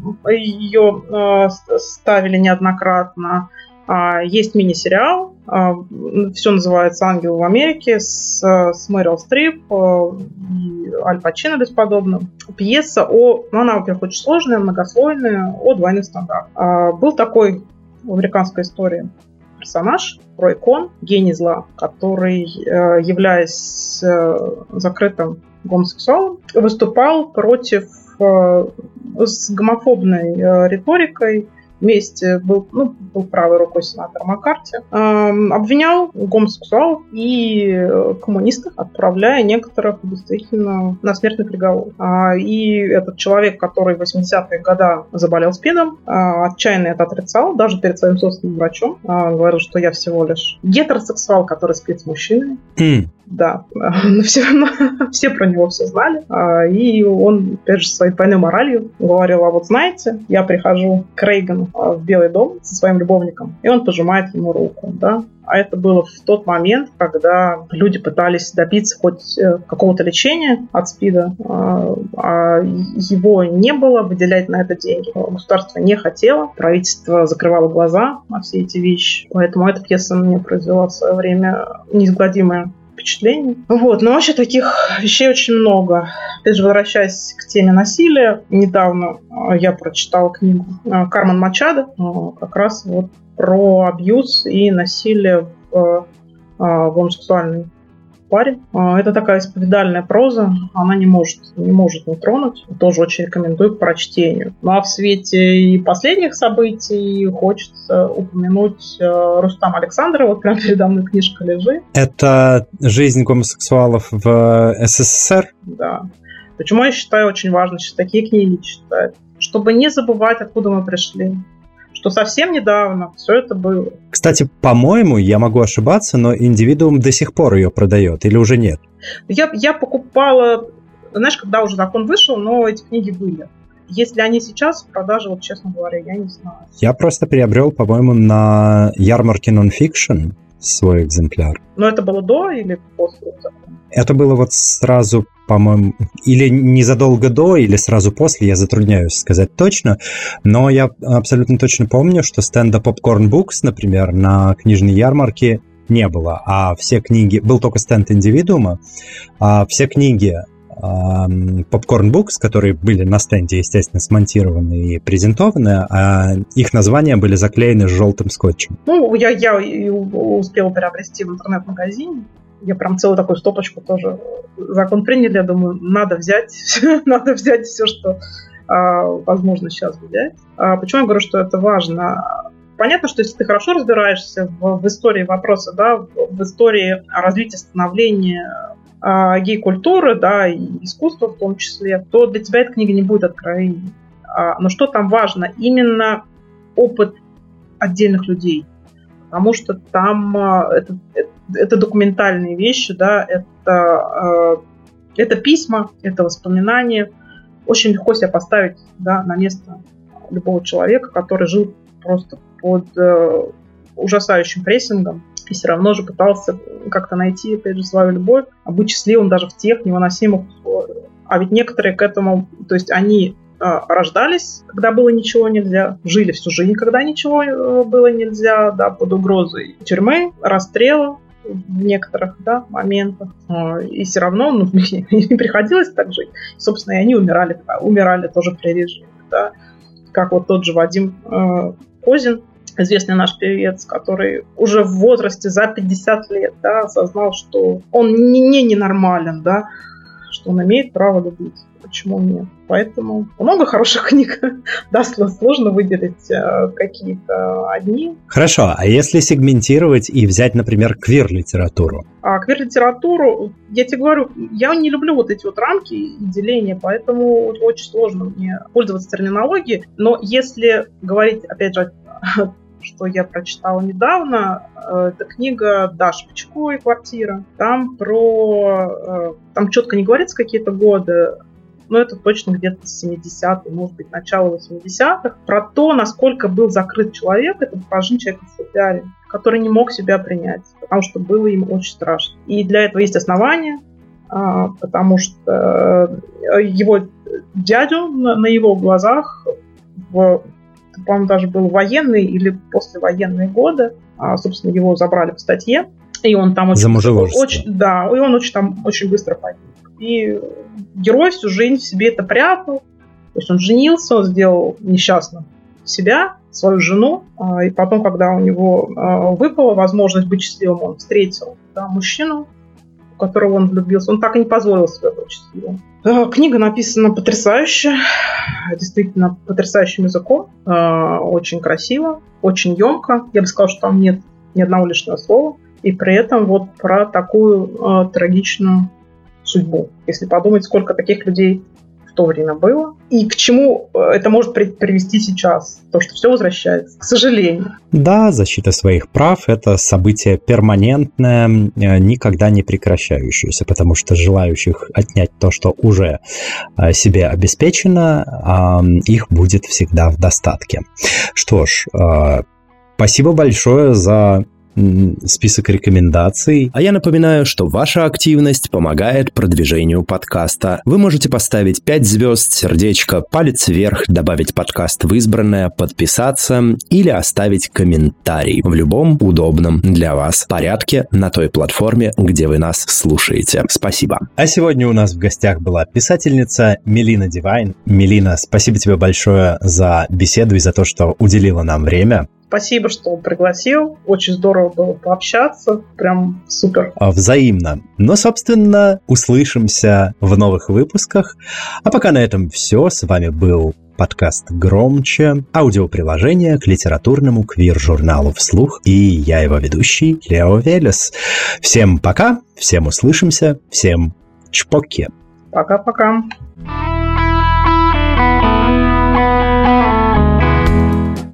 Ее ставили неоднократно. Есть мини-сериал. Все называется «Ангелы в Америке» с Мэрил Стрип и Аль Пачино бесподобным. Пьеса она, во-первых, очень сложная, многослойная, о двойных стандартах. Был такой в американской истории персонаж, Рой Кон, гений зла, который, являясь закрытым гомосексуалом, выступал против с гомофобной риторикой вместе был правой рукой сенатора Маккарти, обвинял гомосексуалов и коммунистов, отправляя некоторых действительно на смертный приговор. И этот человек, который в 80-е годы заболел СПИДом, отчаянно это отрицал, даже перед своим собственным врачом. Говорил, что я всего лишь гетеросексуал, который спит с мужчиной. Да, но все про него все знали. И он, опять же, своей двойной моралью говорил: а вот знаете, я прихожу к Рейгану в Белый дом со своим любовником, и он пожимает ему руку, да. А это было в тот момент, когда люди пытались добиться хоть какого-то лечения от СПИДа, а его не было, выделять на это деньги государство не хотело, правительство закрывало глаза на все эти вещи. Поэтому эта пьеса мне произвела в свое время неизгладимое впечатление. Вот. Но вообще таких вещей очень много. Опять же, возвращаясь к теме насилия, недавно я прочитала книгу Кармен Мачадо как раз вот про абьюз и насилие в гомосексуальной паре. Это такая исповедальная проза, она не может не тронуть. Тоже очень рекомендую к прочтению. Ну а в свете и последних событий хочется упомянуть Рустама Александрова. Вот прямо передо мной книжка лежит. Это «Жизнь гомосексуалов в СССР». Да. Почему я считаю очень важно сейчас такие книги читать? Чтобы не забывать, откуда мы пришли. Что совсем недавно все это было. Кстати, по-моему, я могу ошибаться, но «Индивидуум» до сих пор ее продает, или уже нет? Я покупала, знаешь, когда уже закон вышел, но эти книги были. Если они сейчас в продаже, вот честно говоря, я не знаю. Я просто приобрел, по-моему, на ярмарке Nonfiction свой экземпляр. Но это было до или после закона? Это было вот сразу, по-моему, или незадолго до, или сразу после, я затрудняюсь сказать точно, но я абсолютно точно помню, что стенда Popcorn Books, например, на книжной ярмарке не было, а все книги, был только стенд «Индивидуума», а все книги Popcorn Books, которые были на стенде, естественно, смонтированы и презентованы, их названия были заклеены желтым скотчем. Ну, я успела приобрести в интернет-магазине. Я прям целую такую стопочку тоже. Закон приняли, я думаю, надо взять все, что возможно сейчас взять. Почему я говорю, что это важно? Понятно, что если ты хорошо разбираешься в истории вопроса, да, в истории развития, становления гей-культуры, да, и искусства в том числе, то для тебя эта книга не будет откровением. Но что там важно? Именно опыт отдельных людей. Потому что там это документальные вещи, да, это письма, это воспоминания. Очень легко себя поставить, да, на место любого человека, который жил просто под ужасающим прессингом и все равно же пытался как-то найти, опять же, свою любовь, быть счастливым даже в тех невыносимых условиях. А ведь некоторые к этому, то есть они рождались, когда было ничего нельзя, жили всю жизнь, когда ничего было нельзя, да, под угрозой тюрьмы, расстрела в некоторых, да, моментах. И все равно не приходилось так жить. Собственно, и они умирали тоже при режиме. Да. Как вот тот же Вадим Козин, известный наш певец, который уже в возрасте за 50 лет, да, осознал, что он не ненормален, да, что он имеет право любить. Почему нет? Поэтому много хороших книг. Да, сложно выделить какие-то одни. Хорошо, а если сегментировать и взять, например, квир-литературу? Квир-литературу, я тебе говорю, я не люблю вот эти вот рамки и деления, поэтому очень сложно мне пользоваться терминологией. Но если говорить, опять же, что я прочитала недавно, это книга Даши Пучковой «Квартира». Там четко не говорится какие-то годы, но это точно где-то 70-е, может быть, начало 80-х, про то, насколько был закрыт человек, это пожилой человек в футляре, который не мог себя принять, потому что было ему очень страшно. И для этого есть основания, потому что его дядю на его глазах, по-моему, даже был военный или послевоенные годы, собственно, его забрали в статье, и он там очень быстро погиб. И герой всю жизнь в себе это прятал. То есть он женился, он сделал несчастным себя, свою жену. И потом, когда у него выпала возможность быть счастливым, он встретил, да, мужчину, в которого он влюбился. Он так и не позволил себе быть счастливым. Книга написана потрясающе, действительно потрясающим языком, очень красиво, очень емко. Я бы сказала, что там нет ни одного лишнего слова. И при этом вот про такую трагичную судьбу. Если подумать, сколько таких людей в то время было, и к чему это может привести сейчас. То, что все возвращается, к сожалению. Да, защита своих прав – это событие перманентное, никогда не прекращающееся, потому что желающих отнять то, что уже себе обеспечено, их будет всегда в достатке. Что ж, спасибо большое за список рекомендаций. А я напоминаю, что ваша активность помогает продвижению подкаста. Вы можете поставить 5 звезд, сердечко, палец вверх, добавить подкаст в избранное, подписаться или оставить комментарий в любом удобном для вас порядке на той платформе, где вы нас слушаете. Спасибо. А сегодня у нас в гостях была писательница Мелина Дивайн. Мелина, спасибо тебе большое за беседу и за то, что уделила нам время. Спасибо, что пригласил. Очень здорово было пообщаться. Прям супер. Взаимно. Но, собственно, услышимся в новых выпусках. А пока на этом все. С вами был подкаст «Громче», аудиоприложение к литературному квир-журналу «Вслух», и я его ведущий Лео Велес. Всем пока, всем услышимся, всем чпоки. Пока-пока.